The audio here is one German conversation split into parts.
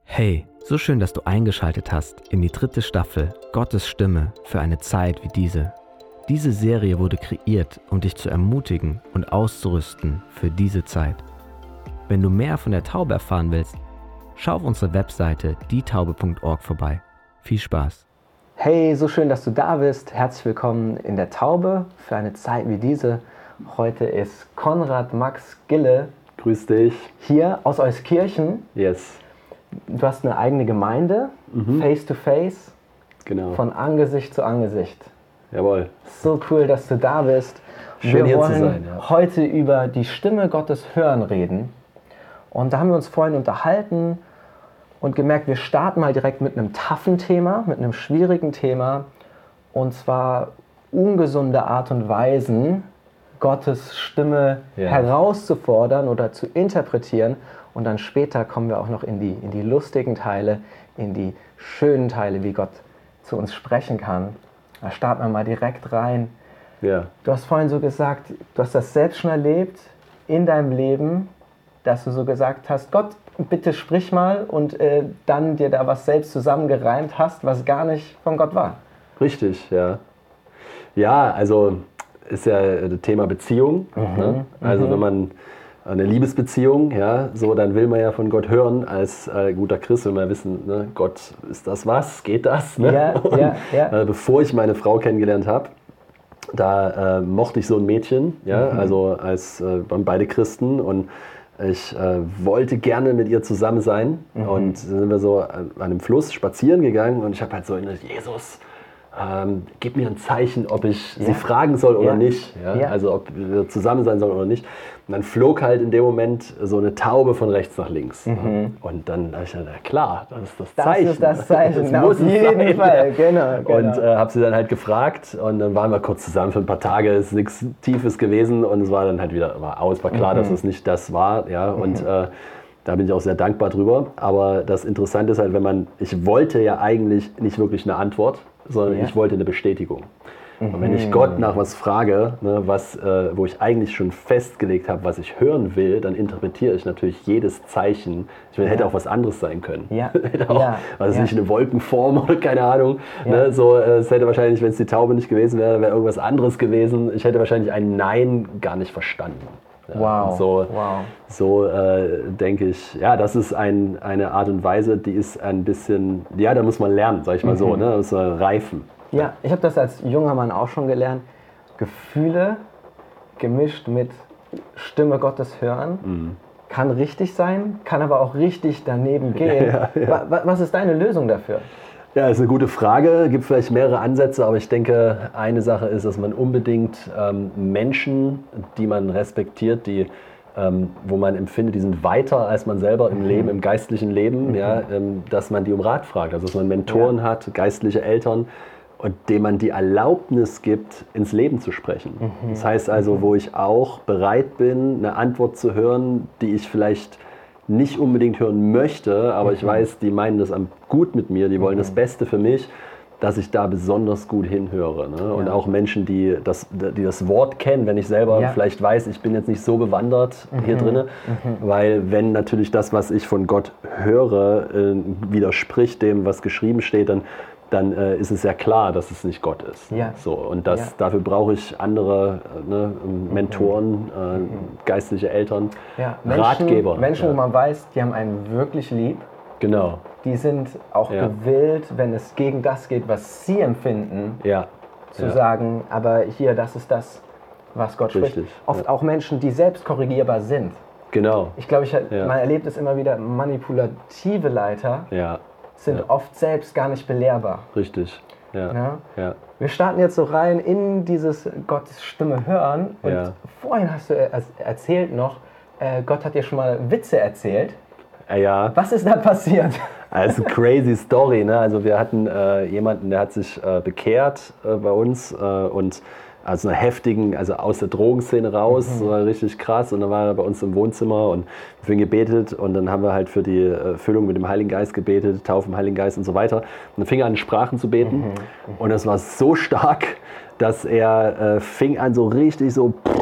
Hey, so schön, dass du eingeschaltet hast in die 3. Staffel Gottes Stimme für eine Zeit wie diese. Diese Serie wurde kreiert, um dich zu ermutigen und auszurüsten für diese Zeit. Wenn du mehr von der Taube erfahren willst, schau auf unsere Webseite dietaube.org vorbei. Viel Spaß! Hey, so schön, dass du da bist. Herzlich willkommen in der Taube für eine Zeit wie diese. Heute ist Konrad Max Gille. Grüß dich. Hier aus Euskirchen. Yes. Du hast eine eigene Gemeinde, face to face, genau. Von Angesicht zu Angesicht. Jawohl. So cool, dass du da bist. Schön hier zu sein. Wir wollen heute über die Stimme Gottes hören reden. Und da haben wir uns vorhin unterhalten und gemerkt, wir starten mal direkt mit einem toughen Thema, mit einem schwierigen Thema. Und zwar ungesunde Art und Weisen, Gottes Stimme herauszufordern oder zu interpretieren. Und dann später kommen wir auch noch in die lustigen Teile, in die schönen Teile, wie Gott zu uns sprechen kann. Da starten wir mal direkt rein. Ja. Du hast vorhin so gesagt, du hast das selbst schon erlebt in deinem Leben, dass du so gesagt hast, Gott, bitte sprich mal und dann dir da was selbst zusammengereimt hast, was gar nicht von Gott war. Richtig, ja. Ja, also ist ja das Thema Beziehung. Ne? Also wenn man eine Liebesbeziehung, ja, so, dann will man ja von Gott hören als guter Christ, will man wissen, ne, Gott, ist das was? Geht das? Ne? Ja. Bevor ich meine Frau kennengelernt habe, da mochte ich so ein Mädchen, ja, also waren beide Christen und ich wollte gerne mit ihr zusammen sein und dann sind wir so an einem Fluss spazieren gegangen und ich habe halt so Jesus, gib mir ein Zeichen, ob ich sie fragen soll oder nicht. Ja? Also ob wir zusammen sein sollen oder nicht. Und dann flog halt in dem Moment so eine Taube von rechts nach links. Und dann habe ich gesagt, klar, das ist das Zeichen. Das ist das Zeichen, das auf jeden Fall. Genau. Und habe sie dann halt gefragt und dann waren wir kurz zusammen für ein paar Tage, es ist nichts Tiefes gewesen und es war dann halt wieder aus, war klar, dass es nicht das war. Ja? Und da bin ich auch sehr dankbar drüber. Aber das Interessante ist halt, ich wollte ja eigentlich nicht wirklich eine Antwort, sondern ich wollte eine Bestätigung. Und wenn ich Gott nach was frage, ne, wo ich eigentlich schon festgelegt habe, was ich hören will, dann interpretiere ich natürlich jedes Zeichen. Hätte auch was anderes sein können. Hätte auch, nicht eine Wolkenform oder keine Ahnung. Ne, so, es hätte wahrscheinlich, wenn es die Taube nicht gewesen wäre, wäre irgendwas anderes gewesen. Ich hätte wahrscheinlich ein Nein gar nicht verstanden. Ja, so denke ich, ja, das ist eine Art und Weise, die ist ein bisschen, ja, da muss man lernen, sag ich mal so, ne, das muss reifen. Ja, ich habe das als junger Mann auch schon gelernt. Gefühle gemischt mit Stimme Gottes hören kann richtig sein, kann aber auch richtig daneben gehen. Was ist deine Lösung dafür? Ja, ist eine gute Frage. Gibt vielleicht mehrere Ansätze, aber ich denke, eine Sache ist, dass man unbedingt Menschen, die man respektiert, wo man empfindet, die sind weiter als man selber im Leben, im geistlichen Leben, dass man die um Rat fragt. Also dass man Mentoren hat, geistliche Eltern, und dem man die Erlaubnis gibt, ins Leben zu sprechen. Das heißt also, wo ich auch bereit bin, eine Antwort zu hören, die ich vielleicht nicht unbedingt hören möchte, aber ich weiß, die meinen das gut mit mir, die wollen das Beste für mich, dass ich da besonders gut hinhöre. Ne? Und auch Menschen, die das Wort kennen, wenn ich selber vielleicht weiß, ich bin jetzt nicht so bewandert hier drin, weil wenn natürlich das, was ich von Gott höre, widerspricht dem, was geschrieben steht, dann ist es ja klar, dass es nicht Gott ist. So, und dafür brauche ich andere Mentoren, geistliche Eltern, Ratgeber. Menschen, wo man weiß, die haben einen wirklich lieb. Genau. Die sind auch gewillt, wenn es gegen das geht, was sie empfinden, zu sagen, aber hier, das ist das, was Gott spricht. Oft auch Menschen, die selbst korrigierbar sind. Genau. Ich glaube, man erlebt es immer wieder, manipulative Leiter sind oft selbst gar nicht belehrbar. Richtig. Ja. Wir starten jetzt so rein in dieses Gottes Stimme hören. Und vorhin hast du erzählt noch, Gott hat dir schon mal Witze erzählt. Ja. Was ist da passiert? Also crazy Story. Ne? Also wir hatten jemanden, der hat sich bekehrt bei uns und aus einer heftigen, also aus der Drogenszene raus, das war richtig krass, und dann war er bei uns im Wohnzimmer und für ihn gebetet und dann haben wir halt für die Erfüllung mit dem Heiligen Geist gebetet, Taufe im Heiligen Geist und so weiter, und dann fing er an, in Sprachen zu beten und das war so stark, dass er fing an so richtig so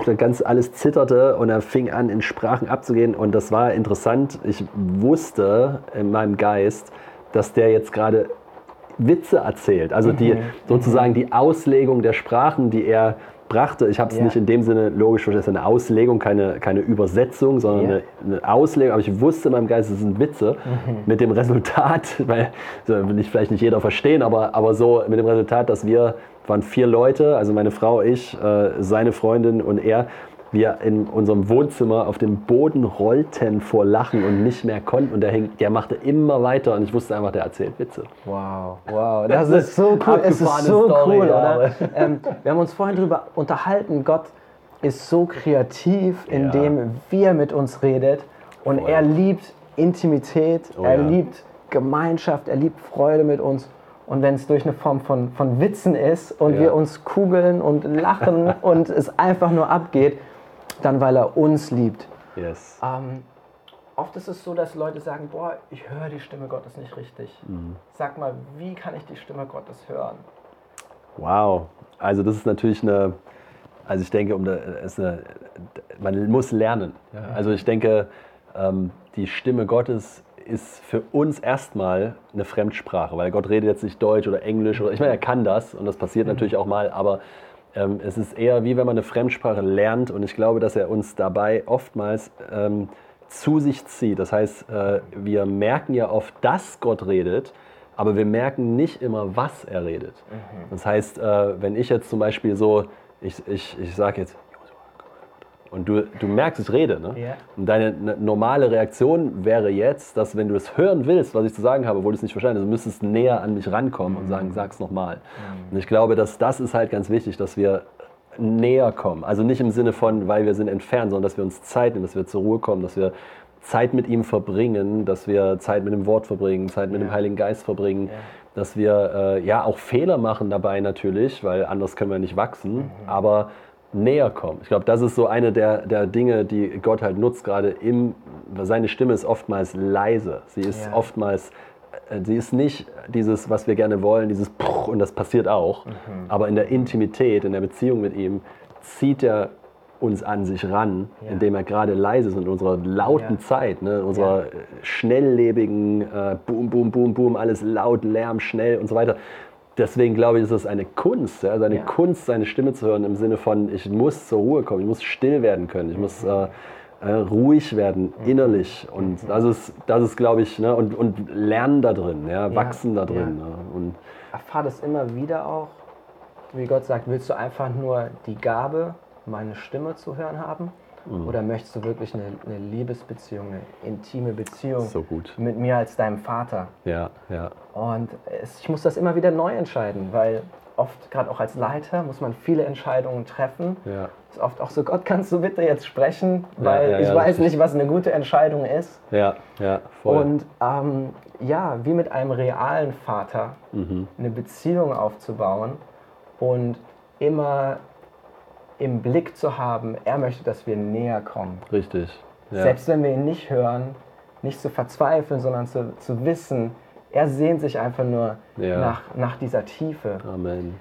ganz alles zitterte und er fing an, in Sprachen abzugehen. Und das war interessant. Ich wusste in meinem Geist, dass der jetzt gerade Witze erzählt. Also sozusagen die Auslegung der Sprachen, die er brachte. Ich habe es nicht in dem Sinne logisch verstanden, eine Auslegung, keine Übersetzung, sondern eine Auslegung. Aber ich wusste in meinem Geist, es sind Witze. Mit dem Resultat, weil vielleicht nicht jeder verstehen, aber so mit dem Resultat, dass wir waren 4 Leute, also meine Frau, ich, seine Freundin und er, wir in unserem Wohnzimmer auf dem Boden rollten vor Lachen und nicht mehr konnten. Und der machte immer weiter und ich wusste einfach, der erzählt Witze. Wow, das ist so cool. Es ist so Story, cool, oder? Wir haben uns vorhin darüber unterhalten, Gott ist so kreativ, indem er mit uns redet. Und er liebt Intimität, er liebt Gemeinschaft, er liebt Freude mit uns. Und wenn es durch eine Form von Witzen ist und wir uns kugeln und lachen und es einfach nur abgeht, dann weil er uns liebt. Yes. Oft ist es so, dass Leute sagen, boah, ich höre die Stimme Gottes nicht richtig. Sag mal, wie kann ich die Stimme Gottes hören? Wow, also das ist natürlich ich denke, man muss lernen. Ja? Also ich denke, die Stimme Gottes ist für uns erstmal eine Fremdsprache, weil Gott redet jetzt nicht Deutsch oder Englisch, ich meine, er kann das und das passiert natürlich auch mal, aber es ist eher wie wenn man eine Fremdsprache lernt und ich glaube, dass er uns dabei oftmals zu sich zieht. Das heißt, wir merken ja oft, dass Gott redet, aber wir merken nicht immer, was er redet. Das heißt, wenn ich jetzt zum Beispiel ich sage jetzt, und du merkst, ich rede, ne? Yeah. Und deine normale Reaktion wäre jetzt, dass wenn du es hören willst, was ich zu sagen habe, obwohl du es nicht verstanden hast, du müsstest näher an mich rankommen und sagen, sag's nochmal. Und ich glaube, dass das ist halt ganz wichtig, dass wir näher kommen. Also nicht im Sinne von, weil wir sind entfernt, sondern dass wir uns Zeit nehmen, dass wir zur Ruhe kommen, dass wir Zeit mit ihm verbringen, dass wir Zeit mit dem Wort verbringen, Zeit mit dem Heiligen Geist verbringen, dass wir auch Fehler machen dabei natürlich, weil anders können wir nicht wachsen, aber näher kommen. Ich glaube, das ist so eine der Dinge, die Gott halt nutzt, gerade seine Stimme ist oftmals leise. Sie ist oftmals, sie ist nicht dieses, was wir gerne wollen, dieses Puch, und das passiert auch, aber in der Intimität, in der Beziehung mit ihm, zieht er uns an sich ran, indem er gerade leise ist in unserer lauten Zeit, ne, in unserer schnelllebigen Boom, Boom, Boom, Boom, alles laut, Lärm, schnell und so weiter. Deswegen glaube ich, ist es eine Kunst, Kunst, seine Stimme zu hören im Sinne von, ich muss zur Ruhe kommen, ich muss still werden können, ich muss ruhig werden, innerlich. Und das ist glaube ich, ne, und lernen da drin, wachsen da drin. Ne, und erfahre das immer wieder auch, wie Gott sagt, willst du einfach nur die Gabe, meine Stimme zu hören haben? Oder möchtest du wirklich eine Liebesbeziehung, eine intime Beziehung mit mir als deinem Vater? Ja. Und ich muss das immer wieder neu entscheiden, weil oft, gerade auch als Leiter, muss man viele Entscheidungen treffen. Ja. Es ist oft auch so, Gott, kannst du bitte jetzt sprechen, weil ich weiß nicht, was eine gute Entscheidung ist. Ja, voll. Und wie mit einem realen Vater eine Beziehung aufzubauen und immer im Blick zu haben, er möchte, dass wir näher kommen. Richtig. Ja. Selbst wenn wir ihn nicht hören, nicht zu verzweifeln, sondern zu wissen, er sehnt sich einfach nur nach dieser Tiefe. Amen.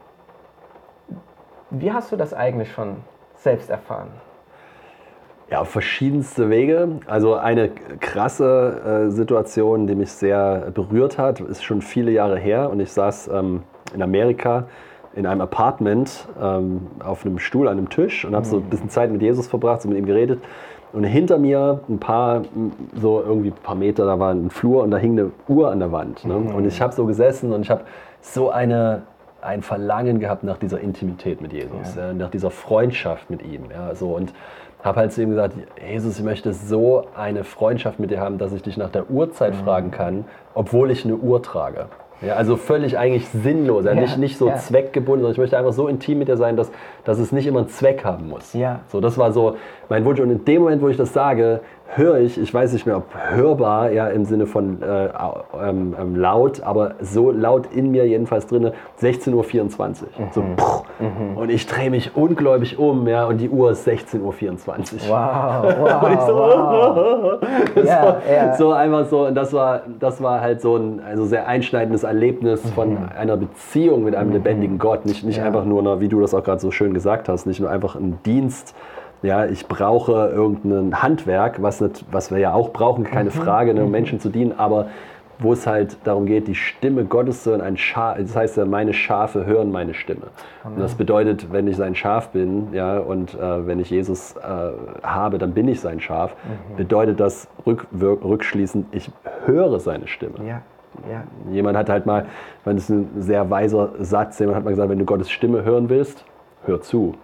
Wie hast du das eigentlich schon selbst erfahren? Ja, auf verschiedenste Wege. Also eine krasse Situation, die mich sehr berührt hat, ist schon viele Jahre her und ich saß in Amerika in einem Apartment auf einem Stuhl an einem Tisch und habe so ein bisschen Zeit mit Jesus verbracht, so mit ihm geredet. Und hinter mir ein paar Meter, da war ein Flur und da hing eine Uhr an der Wand. Ne? Und ich habe so gesessen und ich habe so ein Verlangen gehabt nach dieser Intimität mit Jesus, nach dieser Freundschaft mit ihm. Ja, so. Und habe halt zu ihm gesagt, Jesus, ich möchte so eine Freundschaft mit dir haben, dass ich dich nach der Uhrzeit fragen kann, obwohl ich eine Uhr trage. Ja, also völlig eigentlich sinnlos, nicht so zweckgebunden, sondern ich möchte einfach so intim mit dir sein, dass es nicht immer einen Zweck haben muss. Ja. So, das war so mein Wunsch. Und in dem Moment, wo ich das sage, höre ich weiß nicht mehr, ob hörbar, ja, im Sinne von laut, aber so laut in mir jedenfalls drin, 16:24 Uhr. So, und ich drehe mich ungläubig um, ja, und die Uhr ist 16:24 Uhr. Wow, Und ich so, wow. so einfach so, und das war halt so ein sehr einschneidendes Erlebnis von einer Beziehung mit einem lebendigen Gott, nicht einfach nur, wie du das auch gerade so schön gesagt hast, nicht nur einfach ein Dienst. Ja, ich brauche irgendein Handwerk, was wir ja auch brauchen, keine Frage, um Menschen zu dienen, aber wo es halt darum geht, die Stimme Gottes zu hören, das heißt ja, meine Schafe hören meine Stimme. Amen. Und das bedeutet, wenn ich sein Schaf bin, ja, und wenn ich Jesus habe, dann bin ich sein Schaf, bedeutet das rückschließend, ich höre seine Stimme. Ja. Ja. Jemand hat halt mal, das ist ein sehr weiser Satz, jemand hat mal gesagt, wenn du Gottes Stimme hören willst, hör zu.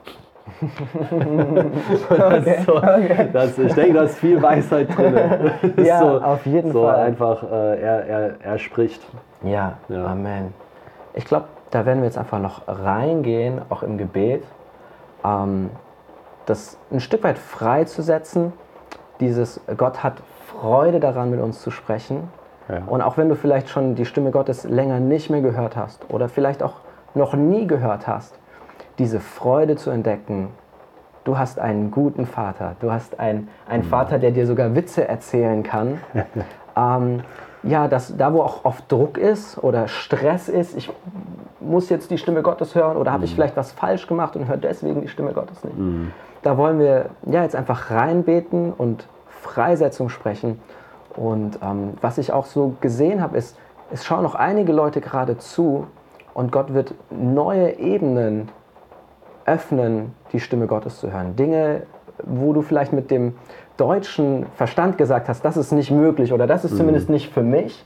Ich denke, da ist viel Weisheit drin. Ja, so, auf jeden Fall. Einfach, er spricht. Ja, Amen. Ich glaube, da werden wir jetzt einfach noch reingehen, auch im Gebet, das ein Stück weit freizusetzen. Gott hat Freude daran, mit uns zu sprechen. Ja. Und auch wenn du vielleicht schon die Stimme Gottes länger nicht mehr gehört hast oder vielleicht auch noch nie gehört hast, diese Freude zu entdecken, du hast einen guten Vater, du hast einen Vater, der dir sogar Witze erzählen kann. Da wo auch oft Druck ist oder Stress ist, ich muss jetzt die Stimme Gottes hören oder habe ich vielleicht was falsch gemacht und höre deswegen die Stimme Gottes nicht. Da wollen wir jetzt einfach reinbeten und Freisetzung sprechen. Und was ich auch so gesehen habe, ist, es schauen noch einige Leute gerade zu und Gott wird neue Ebenen öffnen, die Stimme Gottes zu hören. Dinge, wo du vielleicht mit dem deutschen Verstand gesagt hast, das ist nicht möglich oder das ist zumindest nicht für mich.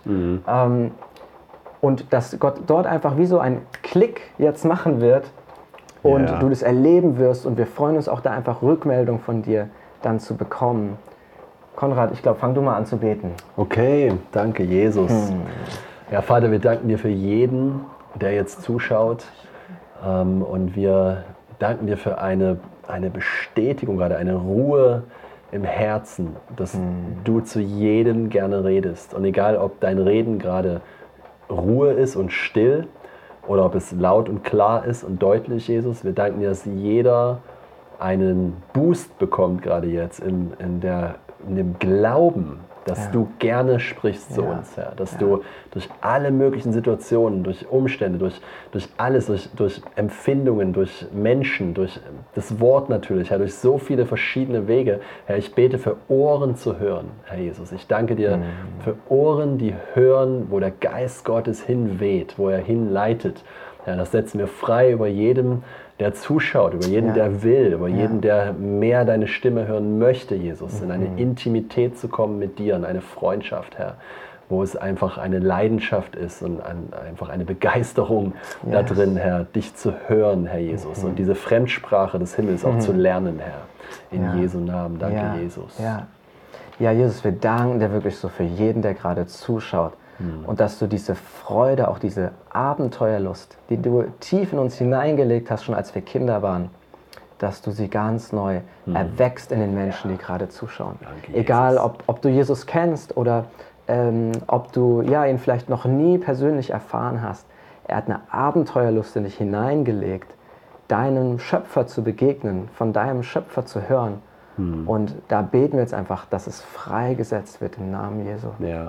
Und dass Gott dort einfach wie so ein Klick jetzt machen wird und du das erleben wirst und wir freuen uns auch da einfach Rückmeldung von dir dann zu bekommen. Konrad, ich glaube, fang du mal an zu beten. Okay, danke Jesus. Ja, Vater, wir danken dir für jeden, der jetzt zuschaut und wir danken dir für eine Bestätigung, gerade eine Ruhe im Herzen, dass du zu jedem gerne redest. Und egal, ob dein Reden gerade Ruhe ist und still oder ob es laut und klar ist und deutlich, Jesus, wir danken dir, dass jeder einen Boost bekommt, gerade jetzt in dem Glauben, dass du gerne sprichst zu uns, Herr. Dass du durch alle möglichen Situationen, durch Umstände, durch alles, durch Empfindungen, durch Menschen, durch das Wort natürlich, Herr, durch so viele verschiedene Wege, Herr, ich bete für Ohren zu hören, Herr Jesus. Ich danke dir für Ohren, die hören, wo der Geist Gottes hinweht, wo er hinleitet. Ja, das setzen wir frei über jedem, der zuschaut, über jeden, der will, über jeden, der mehr deine Stimme hören möchte, Jesus, in eine Intimität zu kommen mit dir, in eine Freundschaft, Herr, wo es einfach eine Leidenschaft ist und einfach eine Begeisterung da drin, Herr, dich zu hören, Herr Jesus, und diese Fremdsprache des Himmels auch zu lernen, Herr, in Jesu Namen. Danke, Jesus. Ja, Jesus, wir danken dir wirklich so für jeden, der gerade zuschaut. Und dass du diese Freude, auch diese Abenteuerlust, die du tief in uns hineingelegt hast, schon als wir Kinder waren, dass du sie ganz neu erweckst in den Menschen, die gerade zuschauen. Danke, egal, ob du Jesus kennst oder ob du ihn vielleicht noch nie persönlich erfahren hast. Er hat eine Abenteuerlust in dich hineingelegt, deinem Schöpfer zu begegnen, von deinem Schöpfer zu hören. Und da beten wir jetzt einfach, dass es freigesetzt wird im Namen Jesu.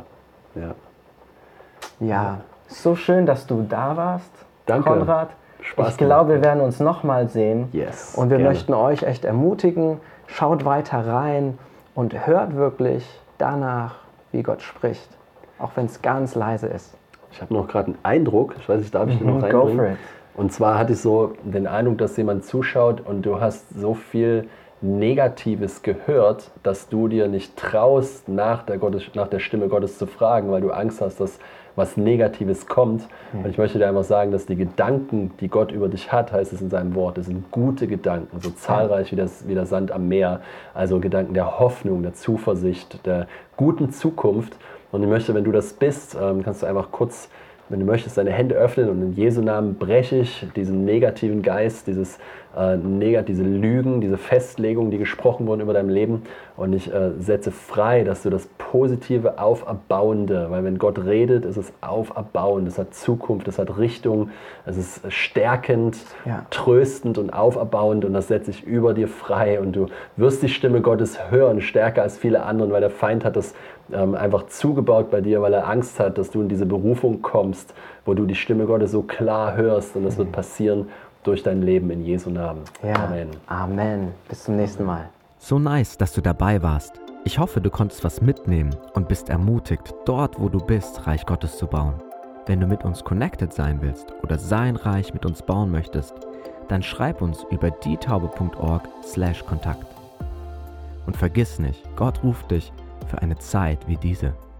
Ja, so schön, dass du da warst, Danke. Konrad. Spaß ich glaube, wir werden uns nochmal sehen. Yes, und wir gerne. möchten euch echt ermutigen, schaut weiter rein und hört wirklich danach, wie Gott spricht, auch wenn es ganz leise ist. Ich habe noch gerade einen Eindruck, ich weiß nicht, darf ich den noch reinbringen? Go for it. Und zwar hatte ich so den Eindruck, dass jemand zuschaut und du hast so viel Negatives gehört, dass du dir nicht traust, nach der Stimme Gottes zu fragen, weil du Angst hast, dass was Negatives kommt. Und ich möchte dir einfach sagen, dass die Gedanken, die Gott über dich hat, heißt es in seinem Wort, das sind gute Gedanken, so zahlreich wie der Sand am Meer. Also Gedanken der Hoffnung, der Zuversicht, der guten Zukunft. Und ich möchte, wenn du das bist, kannst du einfach kurz wenn du möchtest, deine Hände öffnen und in Jesu Namen breche ich diesen negativen Geist, diese Lügen, diese Festlegungen, die gesprochen wurden über dein Leben, und ich setze frei, dass du das Positive, Auferbauende, weil wenn Gott redet, ist es auferbauend, es hat Zukunft, es hat Richtung, es ist stärkend, tröstend und auferbauend, und das setze ich über dir frei, und du wirst die Stimme Gottes hören, stärker als viele anderen, weil der Feind hat das einfach zugebaut bei dir, weil er Angst hat, dass du in diese Berufung kommst, wo du die Stimme Gottes so klar hörst, und das wird passieren durch dein Leben in Jesu Namen. Ja. Amen. Amen. Bis zum nächsten Mal. So nice, dass du dabei warst. Ich hoffe, du konntest was mitnehmen und bist ermutigt, dort, wo du bist, Reich Gottes zu bauen. Wenn du mit uns connected sein willst oder sein Reich mit uns bauen möchtest, dann schreib uns über dietaube.org/Kontakt. Und vergiss nicht, Gott ruft dich für eine Zeit wie diese.